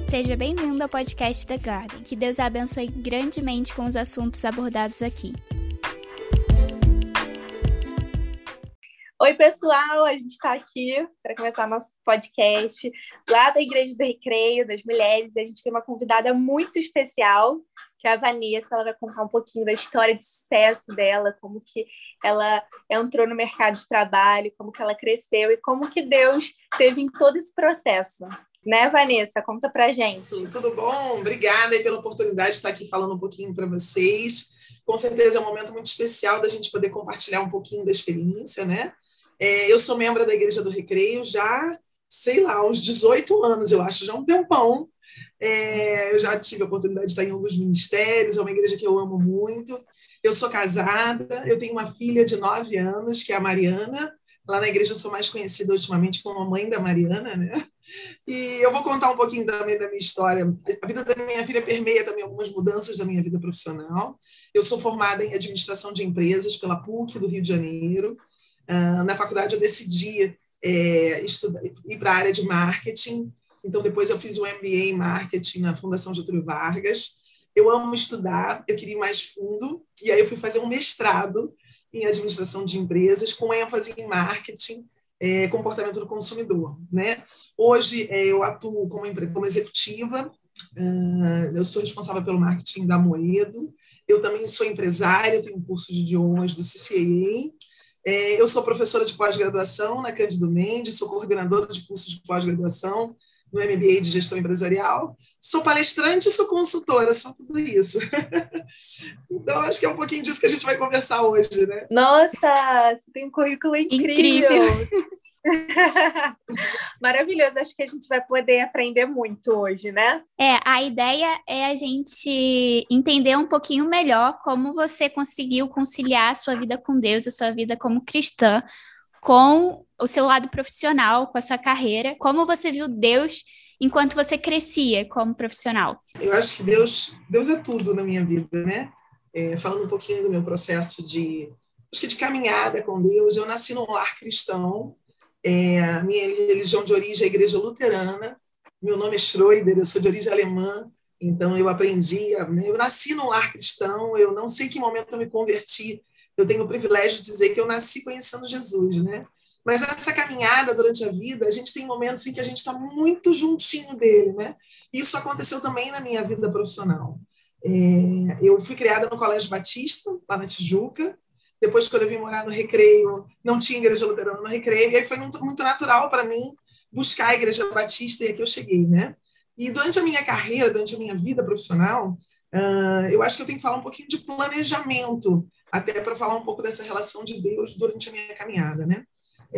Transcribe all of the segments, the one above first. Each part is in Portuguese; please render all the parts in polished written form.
Seja bem-vindo ao podcast The Garden. Que Deus a abençoe grandemente com os assuntos abordados aqui. Oi, pessoal! A gente está aqui para começar nosso podcast lá da Igreja do Recreio, das Mulheres. E a gente tem uma convidada muito especial, que é a Vanessa. Ela vai contar um pouquinho da história de sucesso dela, como que ela entrou no mercado de trabalho, como que ela cresceu e como que Deus teve em todo esse processo. Né, Vanessa? Conta pra gente. Isso, tudo bom? Obrigada aí pela oportunidade de estar aqui falando um pouquinho para vocês. Com certeza é um momento muito especial da gente poder compartilhar um pouquinho da experiência, né? Eu sou membro da Igreja do Recreio já, sei lá, uns 18 anos, eu acho, já um tempão. Eu já tive a oportunidade de estar em alguns ministérios, é uma igreja que eu amo muito. Eu sou casada, eu tenho uma filha de 9 anos, que é a Mariana. Lá na igreja eu sou mais conhecida ultimamente como a mãe da Mariana, né? E eu vou contar um pouquinho também da minha história. A vida da minha filha permeia também algumas mudanças da minha vida profissional. Eu sou formada em administração de empresas pela PUC do Rio de Janeiro. Na faculdade eu decidi ir para a área de marketing. Então depois eu fiz um MBA em marketing na Fundação Getúlio Vargas. Eu amo estudar, eu queria ir mais fundo, e aí eu fui fazer um mestrado em administração de empresas com ênfase em marketing, comportamento do consumidor, né? Hoje eu atuo como executiva, eu sou responsável pelo marketing da Moedo, eu também sou empresária, eu tenho um curso de idiomas do CCAA, eu sou professora de pós-graduação na Cândido Mendes, sou coordenadora de cursos de pós-graduação no MBA de Gestão Empresarial, sou palestrante e sou consultora, só tudo isso. Então, acho que é um pouquinho disso que a gente vai conversar hoje, né? Nossa, você tem um currículo incrível. Maravilhoso, acho que a gente vai poder aprender muito hoje, né? A ideia é a gente entender um pouquinho melhor como você conseguiu conciliar a sua vida com Deus, a sua vida como cristã, com o seu lado profissional, com a sua carreira, como você viu Deus enquanto você crescia como profissional. Eu acho que Deus é tudo na minha vida, né? Falando um pouquinho do meu processo de caminhada com Deus, eu nasci num lar cristão, a minha religião de origem é a igreja luterana, meu nome é Schroeder, eu sou de origem alemã, então eu aprendi, eu nasci num lar cristão, eu não sei que momento eu me converti, eu tenho o privilégio de dizer que eu nasci conhecendo Jesus, né? Mas nessa caminhada durante a vida, a gente tem momentos em que a gente está muito juntinho dele, né? Isso aconteceu também na minha vida profissional. Eu fui criada no Colégio Batista, lá na Tijuca. Depois, quando eu vim morar no Recreio, não tinha igreja luterana no Recreio, e aí foi muito, muito natural para mim buscar a Igreja Batista, e aqui eu cheguei, né? E durante a minha carreira, durante a minha vida profissional, eu acho que eu tenho que falar um pouquinho de planejamento, até para falar um pouco dessa relação de Deus durante a minha caminhada, né?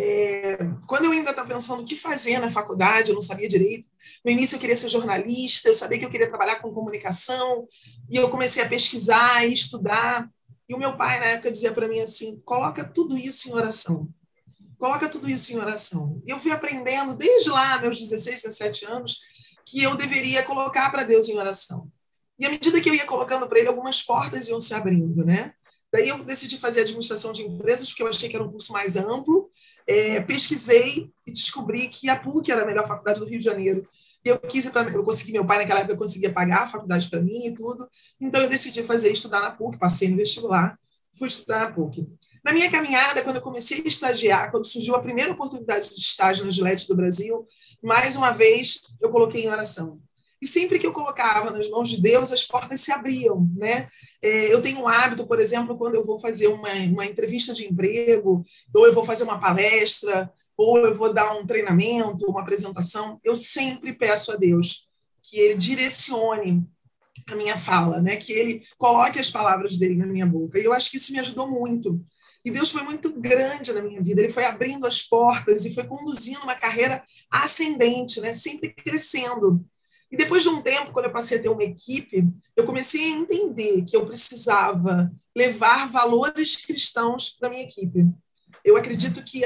Quando eu ainda estava pensando o que fazer na faculdade, eu não sabia direito. No início eu queria ser jornalista, eu sabia que eu queria trabalhar com comunicação, e eu comecei a pesquisar e estudar. E o meu pai, na época, dizia para mim assim, coloca tudo isso em oração. Coloca tudo isso em oração. E eu fui aprendendo, desde lá, meus 16, 17 anos, que eu deveria colocar para Deus em oração. E à medida que eu ia colocando para ele, algumas portas iam se abrindo, né? Daí eu decidi fazer administração de empresas, porque eu achei que era um curso mais amplo. Pesquisei e descobri que a PUC era a melhor faculdade do Rio de Janeiro. E eu consegui, meu pai naquela época conseguia pagar a faculdade para mim e tudo. Então eu decidi estudar na PUC, passei no vestibular, fui estudar na PUC. Na minha caminhada, quando eu comecei a estagiar, quando surgiu a primeira oportunidade de estágio no Gillette do Brasil, mais uma vez eu coloquei em oração. E sempre que eu colocava nas mãos de Deus, as portas se abriam, né? Eu tenho um hábito, por exemplo, quando eu vou fazer uma entrevista de emprego, ou eu vou fazer uma palestra, ou eu vou dar um treinamento, uma apresentação, eu sempre peço a Deus que Ele direcione a minha fala, né? Que Ele coloque as palavras dele na minha boca. E eu acho que isso me ajudou muito. E Deus foi muito grande na minha vida. Ele foi abrindo as portas e foi conduzindo uma carreira ascendente, né? Sempre crescendo. E depois de um tempo, quando eu passei a ter uma equipe, eu comecei a entender que eu precisava levar valores cristãos para a minha equipe. Eu acredito que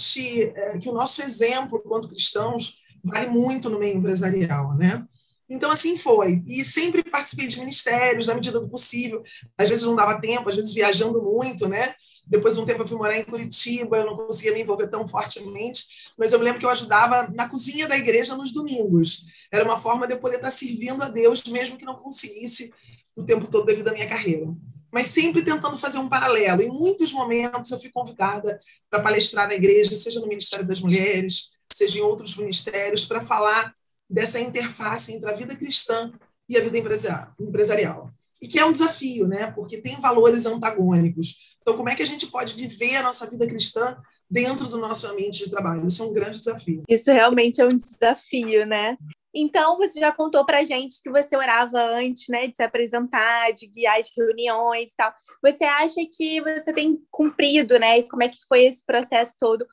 que o nosso exemplo, quanto cristãos, vale muito no meio empresarial, né? Então, assim foi. E sempre participei de ministérios, na medida do possível. Às vezes não dava tempo, às vezes viajando muito, né? Depois de um tempo eu fui morar em Curitiba, eu não conseguia me envolver tão fortemente, mas eu me lembro que eu ajudava na cozinha da igreja nos domingos. Era uma forma de eu poder estar servindo a Deus, mesmo que não conseguisse o tempo todo devido à minha carreira. Mas sempre tentando fazer um paralelo. Em muitos momentos eu fui convidada para palestrar na igreja, seja no Ministério das Mulheres, seja em outros ministérios, para falar dessa interface entre a vida cristã e a vida empresarial. E que é um desafio, né? Porque tem valores antagônicos. Então, como é que a gente pode viver a nossa vida cristã dentro do nosso ambiente de trabalho? Isso é um grande desafio. Isso realmente é um desafio, né? Então, você já contou pra gente que você orava antes, né, de se apresentar, de guiar as reuniões e tal. Você acha que você tem cumprido, né? E como é que foi esse processo todo?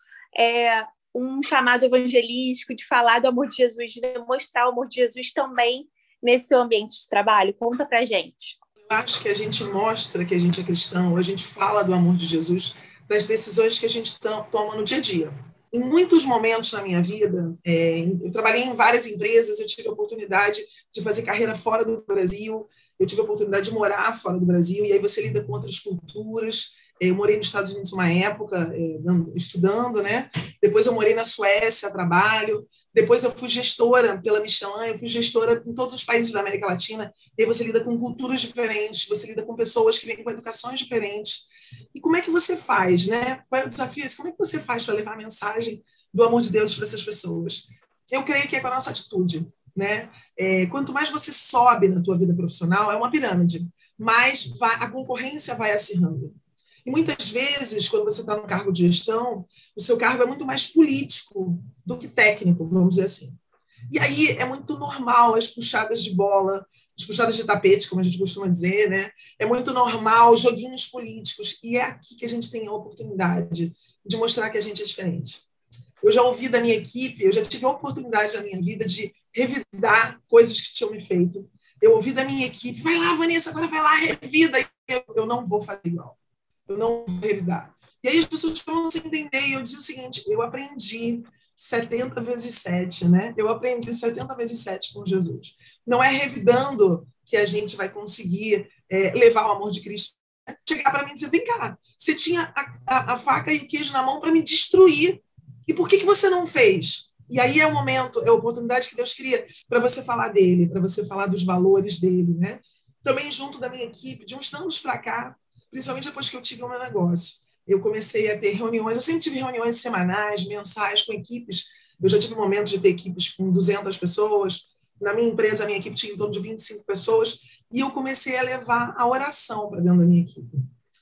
Um chamado evangelístico de falar do amor de Jesus, de demonstrar o amor de Jesus também nesse seu ambiente de trabalho? Conta pra gente. Eu acho que a gente mostra que a gente é cristão, a gente fala do amor de Jesus das decisões que a gente toma no dia a dia. Em muitos momentos na minha vida, eu trabalhei em várias empresas, eu tive a oportunidade de fazer carreira fora do Brasil, eu tive a oportunidade de morar fora do Brasil, e aí você lida com outras culturas. Eu morei nos Estados Unidos uma época, estudando, né? Depois eu morei na Suécia, a trabalho. Depois eu fui gestora pela Michelin, eu fui gestora em todos os países da América Latina. E aí você lida com culturas diferentes, você lida com pessoas que vêm com educações diferentes. E como é que você faz, né? Qual é o desafio? Como é que você faz para levar a mensagem do amor de Deus para essas pessoas? Eu creio que é com a nossa atitude, né? Quanto mais você sobe na tua vida profissional, é uma pirâmide, mais a concorrência vai acirrando. E muitas vezes, quando você está no cargo de gestão, o seu cargo é muito mais político do que técnico, vamos dizer assim. E aí é muito normal as puxadas de bola, as puxadas de tapete, como a gente costuma dizer, né? É muito normal joguinhos políticos. E é aqui que a gente tem a oportunidade de mostrar que a gente é diferente. Eu já ouvi da minha equipe, eu já tive a oportunidade na minha vida de revidar coisas que tinham me feito. Eu ouvi da minha equipe, vai lá, Vanessa, agora vai lá, revida. Eu não vou fazer igual. Eu não vou revidar. E aí as pessoas vão se entender, e eu dizia o seguinte, eu aprendi 70 vezes 7, né? Eu aprendi 70 vezes 7 com Jesus. Não é revidando que a gente vai conseguir levar o amor de Cristo. Chegar para mim e dizer, vem cá, você tinha a faca e o queijo na mão para me destruir. E por que você não fez? E aí é o momento, é a oportunidade que Deus cria para você falar dele, para você falar dos valores dele, né? Também junto da minha equipe, de uns anos para cá, principalmente depois que eu tive o meu negócio. Eu comecei a ter reuniões, eu sempre tive reuniões semanais, mensais, com equipes. Eu já tive momentos de ter equipes com 200 pessoas. Na minha empresa, a minha equipe tinha em torno de 25 pessoas. E eu comecei a levar a oração para dentro da minha equipe.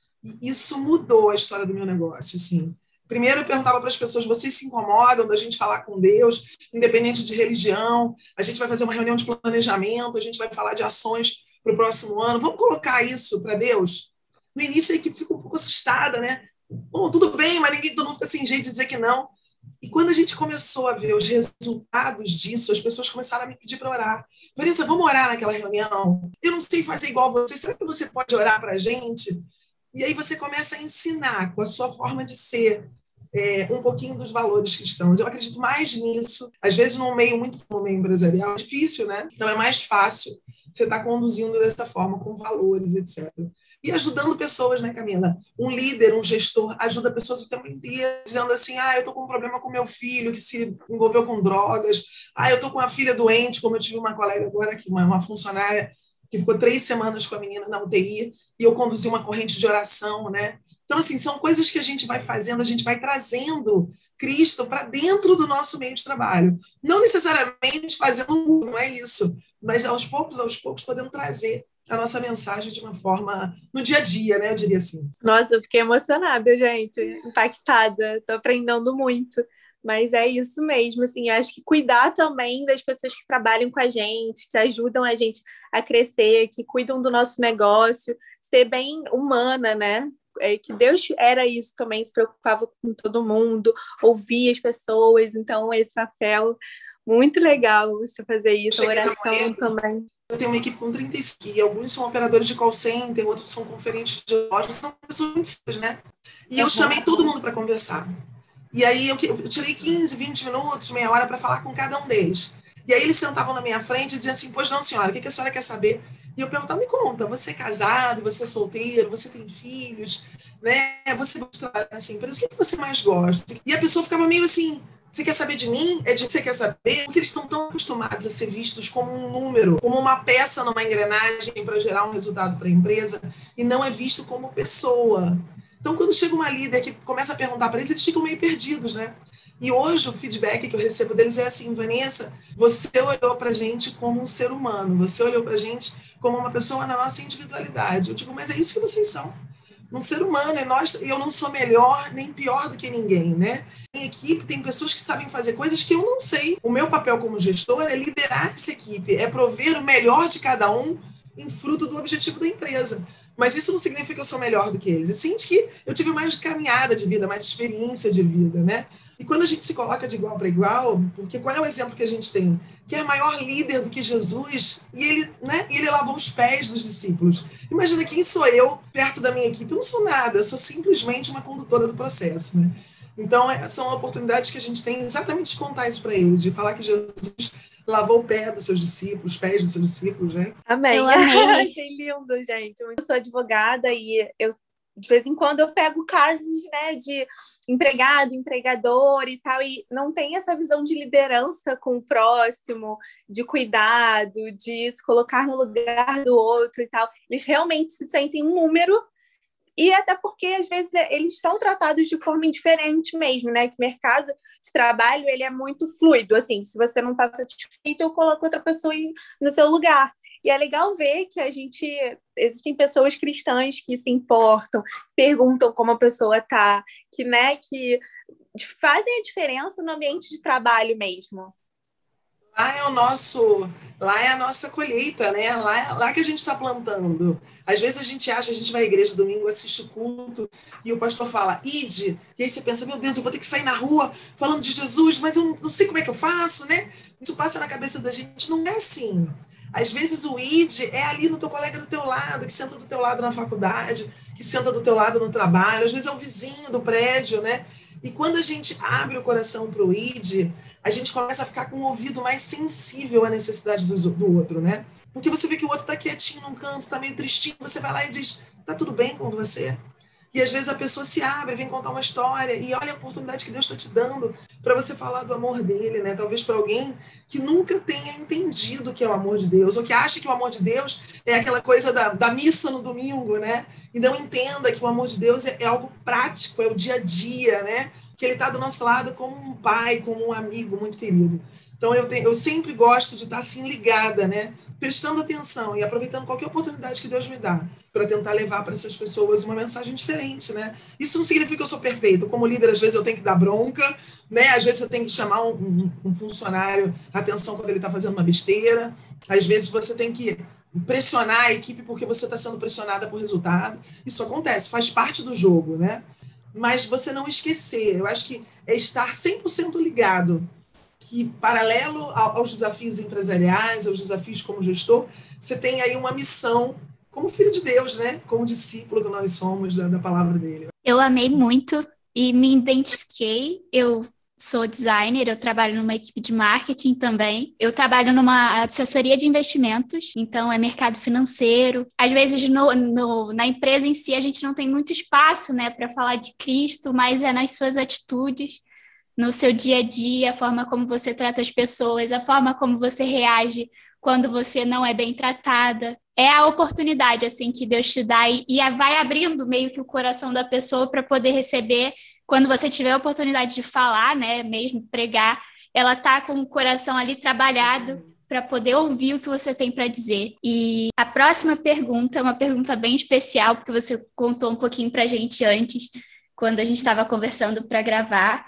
E isso mudou a história do meu negócio, assim. Primeiro eu perguntava para as pessoas, vocês se incomodam da gente falar com Deus, independente de religião? A gente vai fazer uma reunião de planejamento, a gente vai falar de ações para o próximo ano. Vamos colocar isso para Deus? No início, a equipe ficou um pouco assustada, né? Bom, tudo bem, mas todo mundo fica sem jeito de dizer que não. E quando a gente começou a ver os resultados disso, as pessoas começaram a me pedir para orar. Vanessa, vamos orar naquela reunião? Eu não sei fazer igual você, será que você pode orar para a gente? E aí você começa a ensinar com a sua forma de ser um pouquinho dos valores cristãos. Eu acredito mais nisso. Às vezes, no meio empresarial, é difícil, né? Então, é mais fácil você estar conduzindo dessa forma, com valores, etc. E ajudando pessoas, né, Camila? Um líder, um gestor, ajuda pessoas o tempo inteiro, dizendo assim, eu estou com um problema com meu filho, que se envolveu com drogas, eu estou com a filha doente, como eu tive uma colega agora, aqui, uma funcionária, que ficou 3 semanas com a menina na UTI, e eu conduzi uma corrente de oração, né? Então, assim, são coisas que a gente vai fazendo, a gente vai trazendo Cristo para dentro do nosso meio de trabalho. Não necessariamente fazendo, não é isso, mas aos poucos, podendo trazer a nossa mensagem de uma forma no dia a dia, né? Eu diria assim. Nossa, eu fiquei emocionada, gente, impactada, estou aprendendo muito. Mas é isso mesmo, assim, acho que cuidar também das pessoas que trabalham com a gente, que ajudam a gente a crescer, que cuidam do nosso negócio, ser bem humana, né? Que Deus era isso também, se preocupava com todo mundo, ouvia as pessoas, então esse papel, muito legal você fazer isso, a oração também. Eu tenho uma equipe com 35, e alguns são operadores de call center, outros são conferentes de loja, são pessoas muito simples, né? E eu chamei todo mundo para conversar. E aí eu tirei 15, 20 minutos, meia hora para falar com cada um deles. E aí eles sentavam na minha frente e diziam assim, pois não, senhora, o que a senhora quer saber? E eu perguntava, me conta, você é casado, você é solteiro, você tem filhos, né? Você gosta de trabalhar nessa empresa, o que você mais gosta? E a pessoa ficava meio assim, Você quer saber de mim? É de você quer saber? Porque eles estão tão acostumados a ser vistos como um número, como uma peça numa engrenagem para gerar um resultado para a empresa, e não é visto como pessoa. Então, quando chega uma líder que começa a perguntar para eles ficam meio perdidos, né? E hoje o feedback que eu recebo deles é assim: Vanessa, você olhou para a gente como um ser humano, você olhou para a gente como uma pessoa na nossa individualidade. Eu digo, mas é isso que vocês são. Um ser humano, eu não sou melhor nem pior do que ninguém, né? Minha equipe tem pessoas que sabem fazer coisas que eu não sei. O meu papel como gestor é liderar essa equipe, é prover o melhor de cada um em fruto do objetivo da empresa. Mas isso não significa que eu sou melhor do que eles. E sim que eu tive mais caminhada de vida, mais experiência de vida, né? E quando a gente se coloca de igual para igual, porque qual é o exemplo que a gente tem? Que é maior líder do que Jesus, e ele, né, ele lavou os pés dos discípulos. Imagina, quem sou eu perto da minha equipe? Eu não sou nada, eu sou simplesmente uma condutora do processo, né? Então, são oportunidades que a gente tem exatamente de contar isso para ele, de falar que Jesus lavou o pé dos seus discípulos, os pés dos seus discípulos, né? Amém. Eu amei. Achei lindo, gente. Eu sou advogada e de vez em quando eu pego casos, né, de empregado, empregador e tal, e não tem essa visão de liderança com o próximo, de cuidado, de se colocar no lugar do outro e tal. Eles realmente se sentem um número, e até porque, às vezes, eles são tratados de forma indiferente mesmo, né? Que o mercado de trabalho, ele é muito fluido, assim, se você não está satisfeito, eu coloco outra pessoa no seu lugar. E é legal ver que existem pessoas cristãs que se importam, perguntam como a pessoa está, que, né, que fazem a diferença no ambiente de trabalho mesmo. Lá é a nossa colheita, né? Lá que a gente está plantando. Às vezes a gente vai à igreja domingo, assiste o culto, e o pastor fala, ide, e aí você pensa, meu Deus, eu vou ter que sair na rua falando de Jesus, mas eu não sei como é que eu faço, né? Isso passa na cabeça da gente, não é assim. Às vezes o id é ali no teu colega do teu lado, que senta do teu lado na faculdade, que senta do teu lado no trabalho, às vezes é o vizinho do prédio, né? E quando a gente abre o coração para o id, a gente começa a ficar com o ouvido mais sensível à necessidade do outro, né? Porque você vê que o outro está quietinho num canto, está meio tristinho, você vai lá e diz, tá tudo bem com você? E às vezes a pessoa se abre, vem contar uma história, e olha a oportunidade que Deus está te dando para você falar do amor dele, né? Talvez para alguém que nunca tenha entendido o que é o amor de Deus, ou que acha que o amor de Deus é aquela coisa da missa no domingo, né? E não entenda que o amor de Deus é algo prático, é o dia a dia, né? Que ele está do nosso lado como um pai, como um amigo muito querido. Então, eu sempre gosto de estar assim ligada, né? Prestando atenção e aproveitando qualquer oportunidade que Deus me dá para tentar levar para essas pessoas uma mensagem diferente, né? Isso não significa que eu sou perfeita. Como líder, às vezes eu tenho que dar bronca, né? Às vezes eu tenho que chamar um funcionário a atenção quando ele está fazendo uma besteira. Às vezes você tem que pressionar a equipe porque você está sendo pressionada por resultado. Isso acontece, faz parte do jogo, né? Mas você não esquecer, eu acho que é estar 100% ligado, que paralelo aos desafios empresariais, aos desafios como gestor, você tem aí uma missão como filho de Deus, né? Como discípulo que nós somos da palavra dele. Eu amei muito e me identifiquei. Eu sou designer, eu trabalho numa equipe de marketing também. Eu trabalho numa assessoria de investimentos, então é mercado financeiro. Às vezes na empresa em si a gente não tem muito espaço, né, para falar de Cristo, mas é nas suas atitudes, no seu dia a dia, a forma como você trata as pessoas, a forma como você reage quando você não é bem tratada. É a oportunidade assim que Deus te dá e vai abrindo meio que o coração da pessoa para poder receber. Quando você tiver a oportunidade de falar, né, mesmo pregar, ela tá com o coração ali trabalhado para poder ouvir o que você tem para dizer. E a próxima pergunta é uma pergunta bem especial, porque você contou um pouquinho para a gente antes, quando a gente estava conversando para gravar.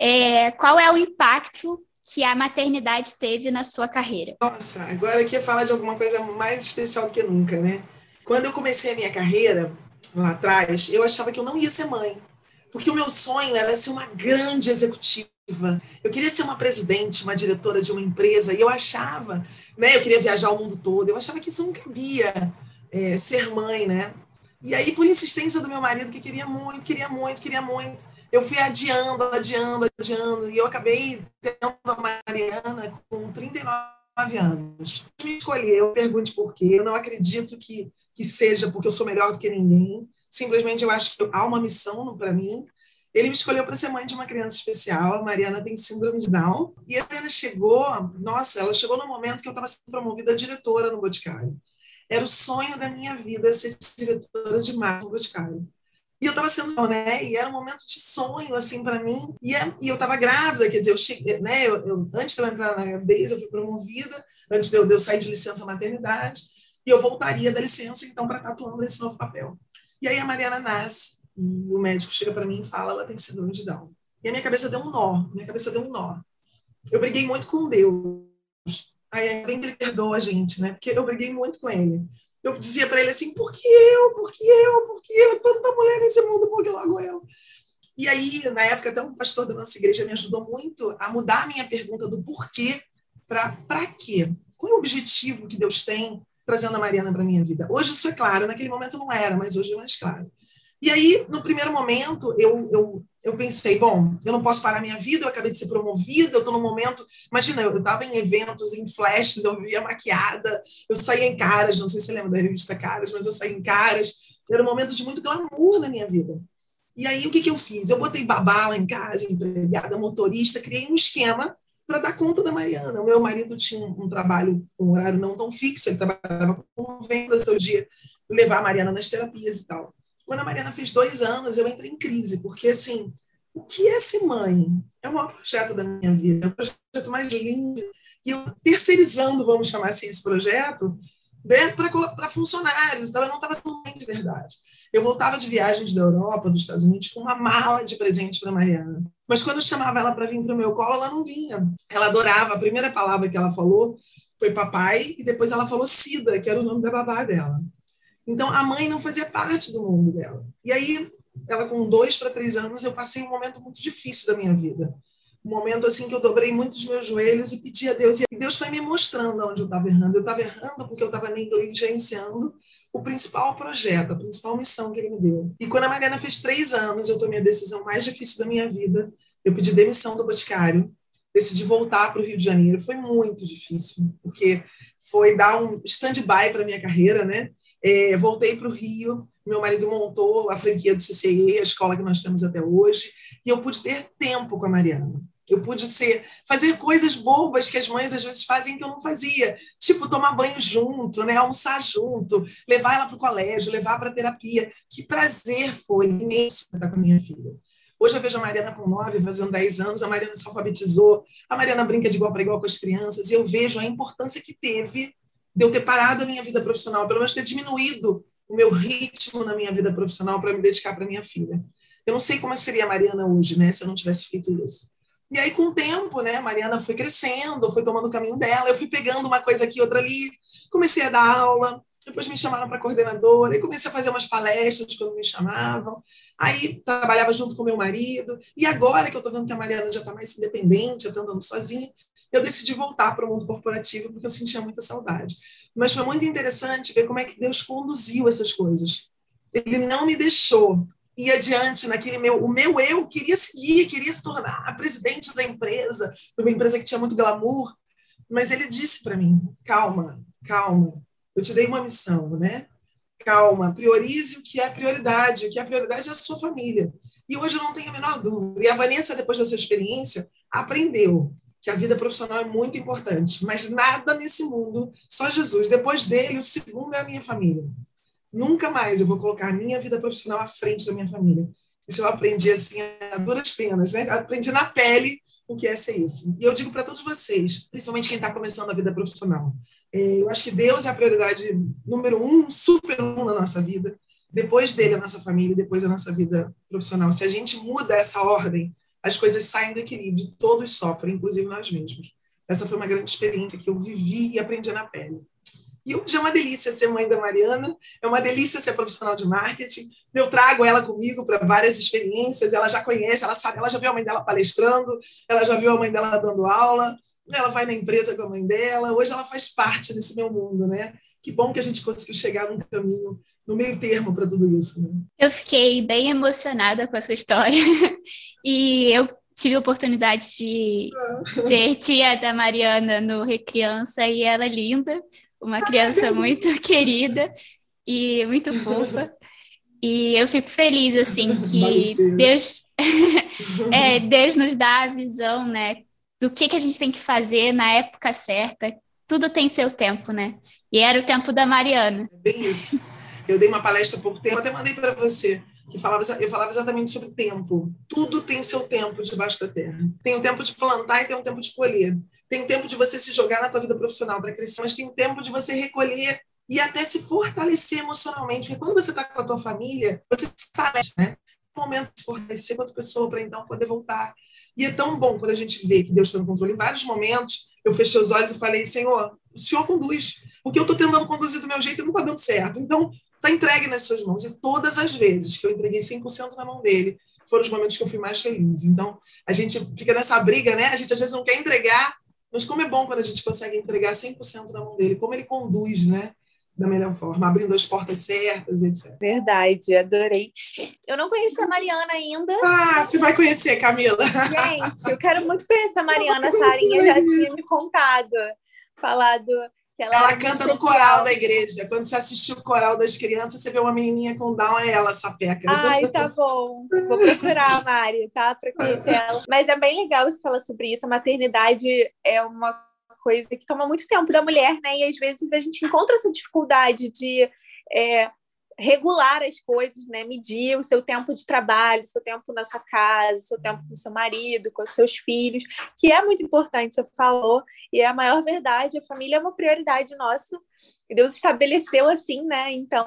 Qual é o impacto que a maternidade teve na sua carreira? Nossa, agora aqui ia falar de alguma coisa mais especial do que nunca, né? Quando eu comecei a minha carreira, lá atrás, eu achava que eu não ia ser mãe. Porque o meu sonho era ser uma grande executiva. Eu queria ser uma presidente, uma diretora de uma empresa, e eu achava, né? Eu queria viajar o mundo todo, eu achava que isso não cabia, ser mãe, né? E aí, por insistência do meu marido, que queria muito, eu fui adiando, e eu acabei tendo a Mariana com 39 anos. Me escolheu, pergunte por quê. Eu não acredito que seja porque eu sou melhor do que ninguém. Simplesmente eu acho que há uma missão para mim. Ele me escolheu para ser mãe de uma criança especial. A Mariana tem síndrome de Down. E a Mariana chegou, nossa, ela chegou no momento que eu estava sendo promovida a diretora no Boticário. Era o sonho da minha vida ser diretora de marketing no Boticário. E eu estava sendo, né? E era um momento de sonho, assim, para mim. E eu estava grávida, quer dizer, eu cheguei, né? Antes de eu entrar na gravidez, eu fui promovida, antes de eu sair de licença maternidade, e eu voltaria da licença, então, para estar atuando nesse novo papel. E aí a Mariana nasce, e o médico chega para mim e fala, ela tem síndrome de Down. E a minha cabeça deu um nó, Eu briguei muito com Deus. Aí bem que ele perdoa a gente, né? Porque eu briguei muito com ele. Eu dizia para ele assim, por que eu? Por que eu? Por que eu? Tanta mulher nesse mundo, por que logo eu? E aí, na época, até um pastor da nossa igreja me ajudou muito a mudar a minha pergunta do porquê para quê? Qual é o objetivo que Deus tem trazendo a Mariana para a minha vida? Hoje isso é claro, naquele momento não era, mas hoje é mais claro. E aí, no primeiro momento, eu pensei, bom, eu não posso parar minha vida, eu acabei de ser promovida, eu estou num momento... Imagina, eu estava em eventos, em flashes, eu vivia maquiada, eu saía em Caras, não sei se você lembra da revista Caras, mas eu saía em Caras, era um momento de muito glamour na minha vida. E aí, o que eu fiz? Eu botei babá lá em casa, empregada, motorista, criei um esquema para dar conta da Mariana. O meu marido tinha um trabalho com um horário não tão fixo, ele trabalhava com vendas todo dia, levar a Mariana nas terapias e tal. Quando a Mariana fez 2 anos, eu entrei em crise, porque, assim, o que é ser mãe? É o maior projeto da minha vida, é o projeto mais lindo. E eu terceirizando, vamos chamar assim, esse projeto, né, para funcionários, então eu não estava sendo mãe de verdade. Eu voltava de viagens da Europa, dos Estados Unidos, com uma mala de presente para a Mariana. Mas quando eu chamava ela para vir para o meu colo, ela não vinha. Ela adorava, a primeira palavra que ela falou foi papai, e depois ela falou Cida, que era o nome da babá dela. Então, a mãe não fazia parte do mundo dela. E aí, ela com 2 para 3 anos, eu passei um momento muito difícil da minha vida. Um momento assim que eu dobrei muito os meus joelhos e pedi a Deus. E Deus foi me mostrando onde eu estava errando. Eu estava errando porque eu estava negligenciando o principal projeto, a principal missão que ele me deu. E quando a Mariana fez 3 anos, eu tomei a decisão mais difícil da minha vida. Eu pedi demissão do Boticário, decidi voltar para o Rio de Janeiro. Foi muito difícil, porque foi dar um stand-by para a minha carreira, né? Voltei para o Rio, meu marido montou a franquia do CCE, a escola que nós temos até hoje, e eu pude ter tempo com a Mariana. Eu pude fazer coisas bobas que as mães às vezes fazem que eu não fazia, tipo tomar banho junto, né, almoçar junto, levar ela para o colégio, levar para a terapia. Que prazer foi imenso estar com a minha filha. Hoje eu vejo a Mariana com 9, fazendo 10 anos, a Mariana se alfabetizou, a Mariana brinca de igual para igual com as crianças, e eu vejo a importância que teve de eu ter parado a minha vida profissional, pelo menos ter diminuído o meu ritmo na minha vida profissional para me dedicar para minha filha. Eu não sei como seria a Mariana hoje, né, se eu não tivesse feito isso. E aí, com o tempo, né, a Mariana foi crescendo, foi tomando o caminho dela, eu fui pegando uma coisa aqui, outra ali, comecei a dar aula, depois me chamaram para coordenadora, e comecei a fazer umas palestras quando me chamavam, aí trabalhava junto com meu marido, e agora que eu estou vendo que a Mariana já está mais independente, já está andando sozinha, eu decidi voltar para o mundo corporativo, porque eu sentia muita saudade. Mas foi muito interessante ver como é que Deus conduziu essas coisas. Ele não me deixou ir adiante naquele o meu eu queria seguir, queria se tornar a presidente da empresa, de uma empresa que tinha muito glamour, mas ele disse para mim, calma, eu te dei uma missão, né? Calma, priorize o que é prioridade é a sua família. E hoje eu não tenho a menor dúvida. E a Vanessa, depois dessa experiência, aprendeu que a vida profissional é muito importante, mas nada nesse mundo, só Jesus. Depois dele, o segundo é a minha família. Nunca mais eu vou colocar a minha vida profissional à frente da minha família. Isso eu aprendi assim a duras penas, né? Aprendi na pele o que é ser isso. E eu digo para todos vocês, principalmente quem está começando a vida profissional, eu acho que Deus é a prioridade número 1, super 1 na nossa vida. Depois dele, a nossa família, depois a nossa vida profissional. Se a gente muda essa ordem, as coisas saem do equilíbrio, todos sofrem, inclusive nós mesmos. Essa foi uma grande experiência que eu vivi e aprendi na pele. E hoje é uma delícia ser mãe da Mariana, é uma delícia ser profissional de marketing. Eu trago ela comigo para várias experiências, ela já conhece, ela sabe, ela já viu a mãe dela palestrando, ela já viu a mãe dela dando aula, ela vai na empresa com a mãe dela, hoje ela faz parte desse meu mundo, né? Que bom que a gente conseguiu chegar num caminho, no meio termo para tudo isso, né? Eu fiquei bem emocionada com essa história e eu tive a oportunidade de ser tia da Mariana no Recriança e ela é linda, uma criança muito querida e muito fofa. E eu fico feliz, assim, que Deus nos dá a visão, né, do que a gente tem que fazer na época certa. Tudo tem seu tempo, né? E era o tempo da Mariana. Bem isso. Eu dei uma palestra há pouco tempo, até mandei para você, eu falava exatamente sobre tempo. Tudo tem seu tempo debaixo da terra. Tem o tempo de plantar e tem o tempo de colher. Tem o tempo de você se jogar na tua vida profissional para crescer, mas tem o tempo de você recolher e até se fortalecer emocionalmente. Porque quando você está com a tua família, você se fortalece, né? É um momento de se fortalecer com a tua pessoa para então poder voltar. E é tão bom quando a gente vê que Deus está no controle. Em vários momentos, eu fechei os olhos e falei, Senhor, o Senhor conduz. Porque eu estou tentando conduzir do meu jeito e não está dando certo. Então, está entregue nas suas mãos. E todas as vezes que eu entreguei 100% na mão dele, foram os momentos que eu fui mais feliz. Então, a gente fica nessa briga, né? A gente às vezes não quer entregar, mas como é bom quando a gente consegue entregar 100% na mão dele, como ele conduz, né? Da melhor forma, abrindo as portas certas, etc. Verdade, adorei. Eu não conhecia a Mariana ainda. Ah, você vai conhecer, Camila. Gente, eu quero muito conhecer a Mariana. A Sarinha já tinha me contado, falado que ela canta no coral da igreja. Quando você assistiu o coral das crianças, você vê uma menininha com Down, é ela, sapeca. Ai, tá bom. Vou procurar a Mari, tá? Para conhecer ela. Mas é bem legal você falar sobre isso. A maternidade é uma coisa que toma muito tempo da mulher, né? E às vezes a gente encontra essa dificuldade de regular as coisas, né? Medir o seu tempo de trabalho, o seu tempo na sua casa, o seu tempo com o seu marido, com os seus filhos, que é muito importante, você falou, e é a maior verdade. A família é uma prioridade nossa, e Deus estabeleceu assim, né? Então,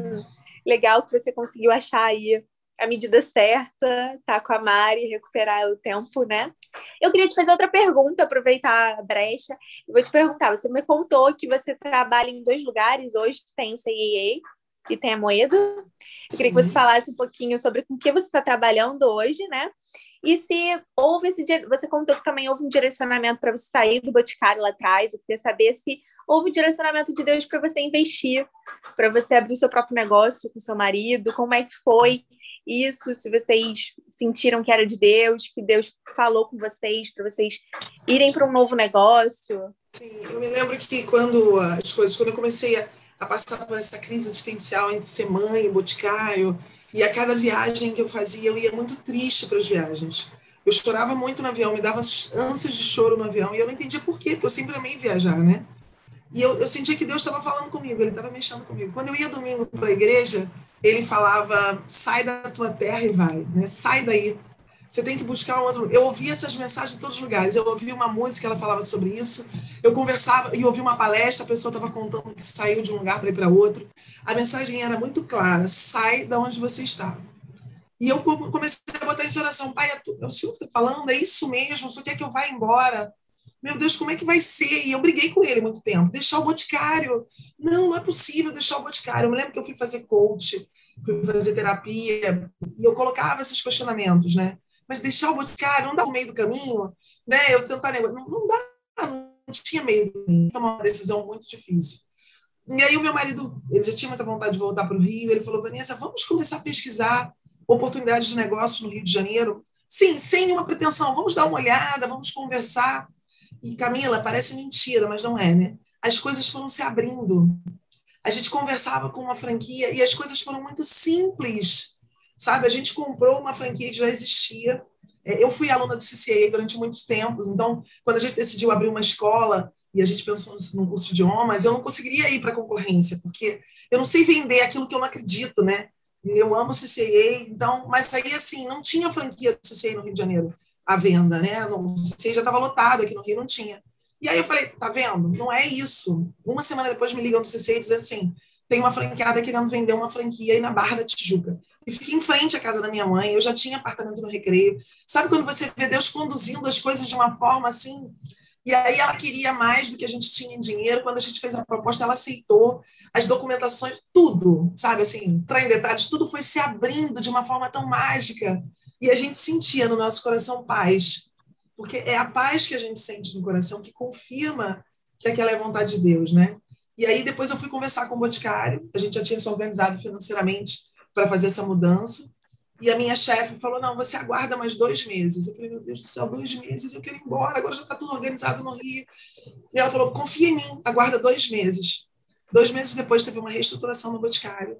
legal que você conseguiu achar aí a medida certa, tá com a Mari, recuperar o tempo, né? Eu queria te fazer outra pergunta, aproveitar a brecha. Eu vou te perguntar, você me contou que você trabalha em 2 lugares, hoje tem o CEA e tem a Moedo. Eu queria que você falasse um pouquinho sobre com que você está trabalhando hoje, né? E se houve você contou que também houve um direcionamento para você sair do Boticário lá atrás. Eu queria saber se houve um direcionamento de Deus para você investir, para você abrir o seu próprio negócio com seu marido. Como é que foi isso? Se vocês sentiram que era de Deus, que Deus falou com vocês para vocês irem para um novo negócio? Sim, eu me lembro que quando eu comecei a passar por essa crise existencial entre ser mãe, boticário, e a cada viagem que eu fazia, eu ia muito triste para as viagens. Eu chorava muito no avião, me dava ânsias de choro no avião, e eu não entendia por quê, porque eu sempre amei viajar, né? E eu sentia que Deus estava falando comigo, ele estava mexendo comigo. Quando eu ia domingo para a igreja, ele falava, sai da tua terra e vai, né? Sai daí. Você tem que buscar um outro. Eu ouvia essas mensagens em todos os lugares. Eu ouvia uma música, ela falava sobre isso. Eu conversava e ouvia uma palestra, a pessoa estava contando que saiu de um lugar para ir para outro. A mensagem era muito clara: sai da onde você está. E eu comecei a botar isso em oração. Pai, é o Senhor que está falando? É isso mesmo? O Senhor quer que eu vá embora? Meu Deus, como é que vai ser? E eu briguei com ele muito tempo. Deixar o Boticário? Não, não é possível deixar o Boticário. Eu me lembro que eu fui fazer coach, fui fazer terapia, e eu colocava esses questionamentos, né? Mas deixar o Boticário, não dá no meio do caminho, né? Eu tentar negócio, não dá, não tinha meio do caminho. Tomar uma decisão muito difícil. E aí o meu marido, ele já tinha muita vontade de voltar para o Rio, ele falou, Vanessa, vamos começar a pesquisar oportunidades de negócio no Rio de Janeiro? Sim, sem nenhuma pretensão, vamos dar uma olhada, vamos conversar. E Camila, parece mentira, mas não é, né? As coisas foram se abrindo. A gente conversava com uma franquia e as coisas foram muito simples, sabe? A gente comprou uma franquia que já existia. Eu fui aluna do CCA durante muitos tempos, então, quando a gente decidiu abrir uma escola e a gente pensou num curso de idiomas, eu não conseguiria ir para a concorrência, porque eu não sei vender aquilo que eu não acredito, né? Eu amo o CCA, então, mas aí, assim, não tinha franquia do CCA no Rio de Janeiro à venda, né? O CCA já estava lotado, aqui no Rio não tinha. E aí eu falei, tá vendo? Não é isso. Uma semana depois me ligam do CCA e dizem assim, tem uma franqueada querendo vender uma franquia aí na Barra da Tijuca. E fiquei em frente à casa da minha mãe, eu já tinha apartamento no Recreio. Sabe quando você vê Deus conduzindo as coisas de uma forma assim? E aí ela queria mais do que a gente tinha em dinheiro. Quando a gente fez a proposta, ela aceitou as documentações, tudo, sabe? Assim, entrar em detalhes, tudo foi se abrindo de uma forma tão mágica. E a gente sentia no nosso coração paz. Porque é a paz que a gente sente no coração que confirma que aquela é a vontade de Deus, né? E aí depois eu fui conversar com o Boticário, a gente já tinha se organizado financeiramente para fazer essa mudança, e a minha chefe falou, não, você aguarda mais 2 meses. Eu falei, meu Deus do céu, 2 meses, eu quero ir embora, agora já está tudo organizado no Rio. E ela falou, confia em mim, aguarda 2 meses. 2 meses depois teve uma reestruturação no Boticário,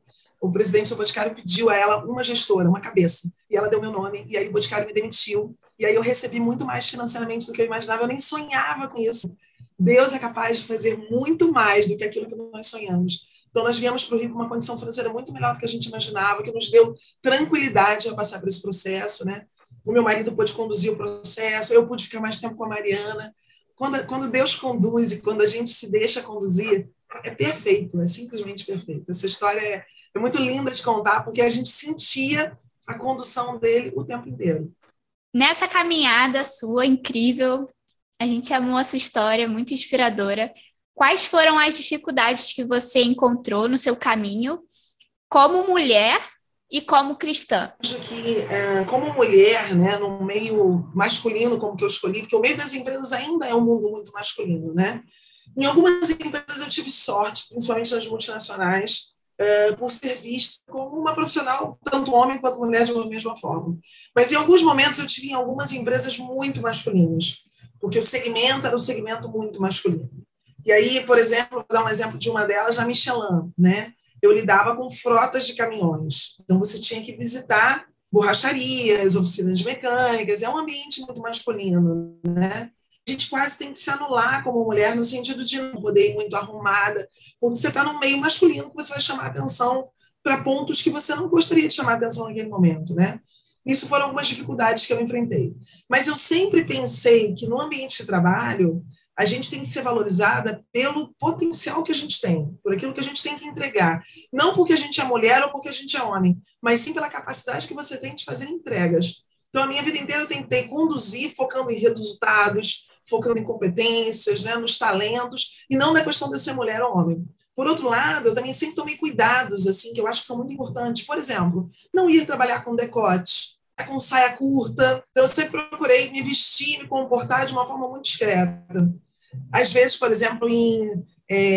o presidente do Boticário pediu a ela uma gestora, uma cabeça, e ela deu meu nome, e aí o Boticário me demitiu, e aí eu recebi muito mais financeiramente do que eu imaginava, eu nem sonhava com isso. Deus é capaz de fazer muito mais do que aquilo que nós sonhamos. Então, nós viemos para o Rio com uma condição financeira muito melhor do que a gente imaginava, que nos deu tranquilidade a passar por esse processo, né? O meu marido pôde conduzir o processo, eu pude ficar mais tempo com a Mariana. Quando Deus conduz e quando a gente se deixa conduzir, é perfeito, é simplesmente perfeito. Essa história é muito linda de contar, porque a gente sentia a condução dele o tempo inteiro. Nessa caminhada sua incrível, a gente amou essa história, muito inspiradora. Quais foram as dificuldades que você encontrou no seu caminho como mulher e como cristã? Acho que, como mulher, né, no meio masculino, como que eu escolhi, porque o meio das empresas ainda é um mundo muito masculino, né? Em algumas empresas eu tive sorte, principalmente nas multinacionais, por ser vista como uma profissional, tanto homem quanto mulher, de uma mesma forma. Mas em alguns momentos eu tive em algumas empresas muito masculinas, porque o segmento era um segmento muito masculino. E aí, por exemplo, vou dar um exemplo de uma delas, a Michelin, né? Eu lidava com frotas de caminhões. Então, você tinha que visitar borracharias, oficinas de mecânicas, é um ambiente muito masculino, né? A gente quase tem que se anular como mulher no sentido de não poder ir muito arrumada, porque você está num meio masculino que você vai chamar atenção para pontos que você não gostaria de chamar atenção naquele momento, né? Isso foram algumas dificuldades que eu enfrentei. Mas eu sempre pensei que no ambiente de trabalho a gente tem que ser valorizada pelo potencial que a gente tem, por aquilo que a gente tem que entregar. Não porque a gente é mulher ou porque a gente é homem, mas sim pela capacidade que você tem de fazer entregas. Então, a minha vida inteira eu tentei conduzir, focando em resultados, focando em competências, né, nos talentos, e não na questão de ser mulher ou homem. Por outro lado, eu também sempre tomei cuidados, assim, que eu acho que são muito importantes. Por exemplo, não ir trabalhar com decote, com saia curta. Eu sempre procurei me vestir, me comportar de uma forma muito discreta. Às vezes, por exemplo, em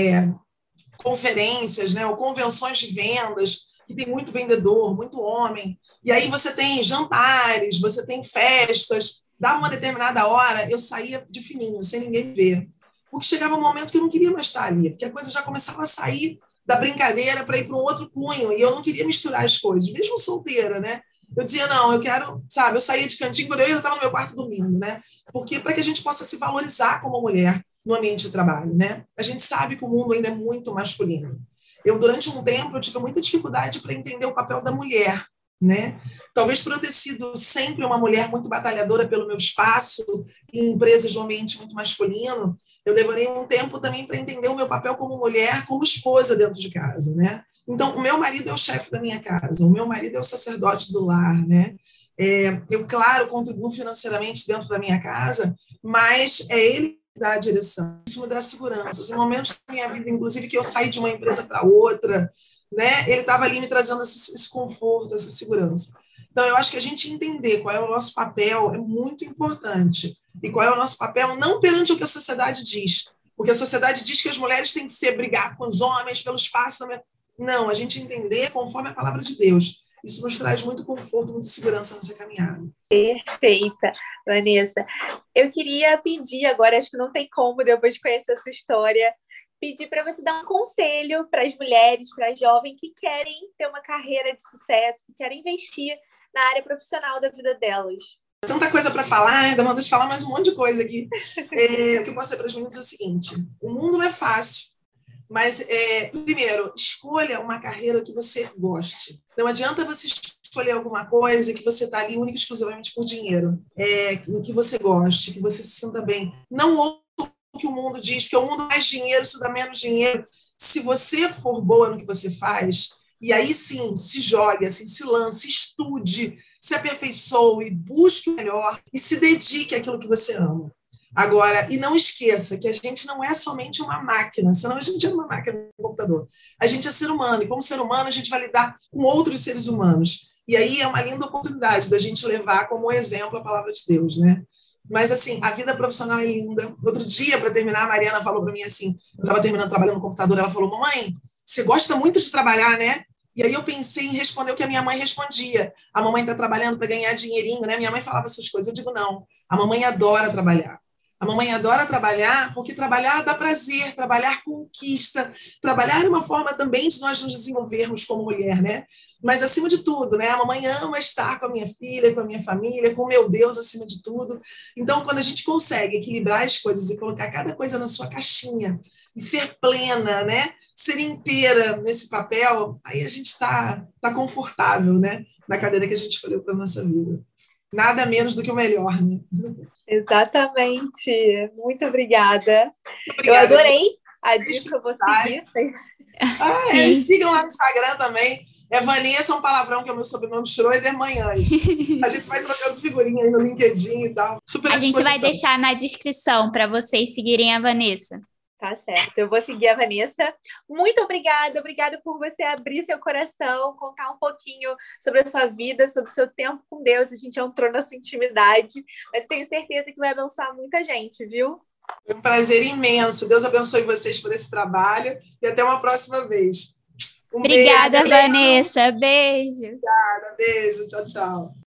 conferências, né, ou convenções de vendas, que tem muito vendedor, muito homem, e aí você tem jantares, você tem festas, dava uma determinada hora, eu saía de fininho, sem ninguém ver. Porque chegava um momento que eu não queria mais estar ali, porque a coisa já começava a sair da brincadeira para ir para um outro cunho, e eu não queria misturar as coisas, mesmo solteira, né? Eu dizia, não, eu quero, sabe, eu saía de cantinho, quando eu estava no meu quarto dormindo, né? Porque para que a gente possa se valorizar como mulher no ambiente de trabalho, né? A gente sabe que o mundo ainda é muito masculino. Eu, durante um tempo, eu tive muita dificuldade para entender o papel da mulher, né? Talvez por eu ter sido sempre uma mulher muito batalhadora pelo meu espaço em empresas de um ambiente muito masculino, eu levei um tempo também para entender o meu papel como mulher, como esposa dentro de casa, né? Então, o meu marido é o chefe da minha casa, o meu marido é o sacerdote do lar, né? Eu, claro, contribuo financeiramente dentro da minha casa, mas é ele que dá a direção, isso me dá segurança. Em momentos da minha vida, inclusive, que eu saí de uma empresa para outra, né? Ele estava ali me trazendo esse conforto, essa segurança. Então, eu acho que a gente entender qual é o nosso papel é muito importante. E qual é o nosso papel, não perante o que a sociedade diz, porque a sociedade diz que as mulheres têm que brigar com os homens pelo espaço. Não, a gente entender conforme a palavra de Deus. Isso nos traz muito conforto, muita segurança nessa caminhada. Perfeita, Vanessa. Eu queria pedir agora, acho que não tem como, depois de conhecer essa história, pedir para você dar um conselho para as mulheres, para as jovens que querem ter uma carreira de sucesso, que querem investir na área profissional da vida delas. Tanta coisa para falar, dá vontade de falar mais um monte de coisa aqui. O que eu posso dizer para as meninas é o seguinte: o mundo não é fácil, mas, primeiro, escolha uma carreira que você goste. Não adianta você escolher alguma coisa que você está ali única e exclusivamente por dinheiro. Que você goste, que você se sinta bem. Não ouça o que o mundo diz, porque o mundo dá mais dinheiro, isso dá menos dinheiro. Se você for boa no que você faz, e aí sim, se jogue, assim, se lance, estude, se aperfeiçoe, busque o melhor e se dedique àquilo que você ama. Agora, e não esqueça que a gente não é somente uma máquina, senão a gente é uma máquina no computador. A gente é ser humano, e como ser humano a gente vai lidar com outros seres humanos. E aí é uma linda oportunidade da gente levar como exemplo a palavra de Deus, né? Mas, assim, a vida profissional é linda. Outro dia, para terminar, a Mariana falou para mim assim, eu estava terminando trabalhando no computador, ela falou, mamãe, você gosta muito de trabalhar, né? E aí eu pensei em responder o que a minha mãe respondia. A mamãe está trabalhando para ganhar dinheirinho, né? Minha mãe falava essas coisas. Eu digo, não, a mamãe adora trabalhar. A mamãe adora trabalhar, porque trabalhar dá prazer, trabalhar conquista, trabalhar é uma forma também de nós nos desenvolvermos como mulher, né? Mas, acima de tudo, né? A mamãe ama estar com a minha filha, com a minha família, com o meu Deus acima de tudo. Então, quando a gente consegue equilibrar as coisas e colocar cada coisa na sua caixinha e ser plena, né? Ser inteira nesse papel, aí a gente está confortável, né? Na cadeira que a gente escolheu para a nossa vida. Nada menos do que o melhor, né? Exatamente. Muito obrigada. Eu Obrigada. adorei a dica, eu vou seguir. Me sigam lá no Instagram também. Vanessa é um palavrão que é o meu sobrenome, Schroeder Manhães. A gente vai trocando figurinha aí no LinkedIn e tal. Super a gente vai deixar na descrição para vocês seguirem a Vanessa. Tá certo, eu vou seguir a Vanessa. Muito obrigada por você abrir seu coração, contar um pouquinho sobre a sua vida, sobre o seu tempo com Deus. A gente entrou na sua intimidade, mas tenho certeza que vai abençoar muita gente, viu? Foi um prazer imenso. Deus abençoe vocês por esse trabalho e até uma próxima vez. Obrigada, beijo. Vanessa. Beijo. Obrigada, beijo. Tchau, tchau.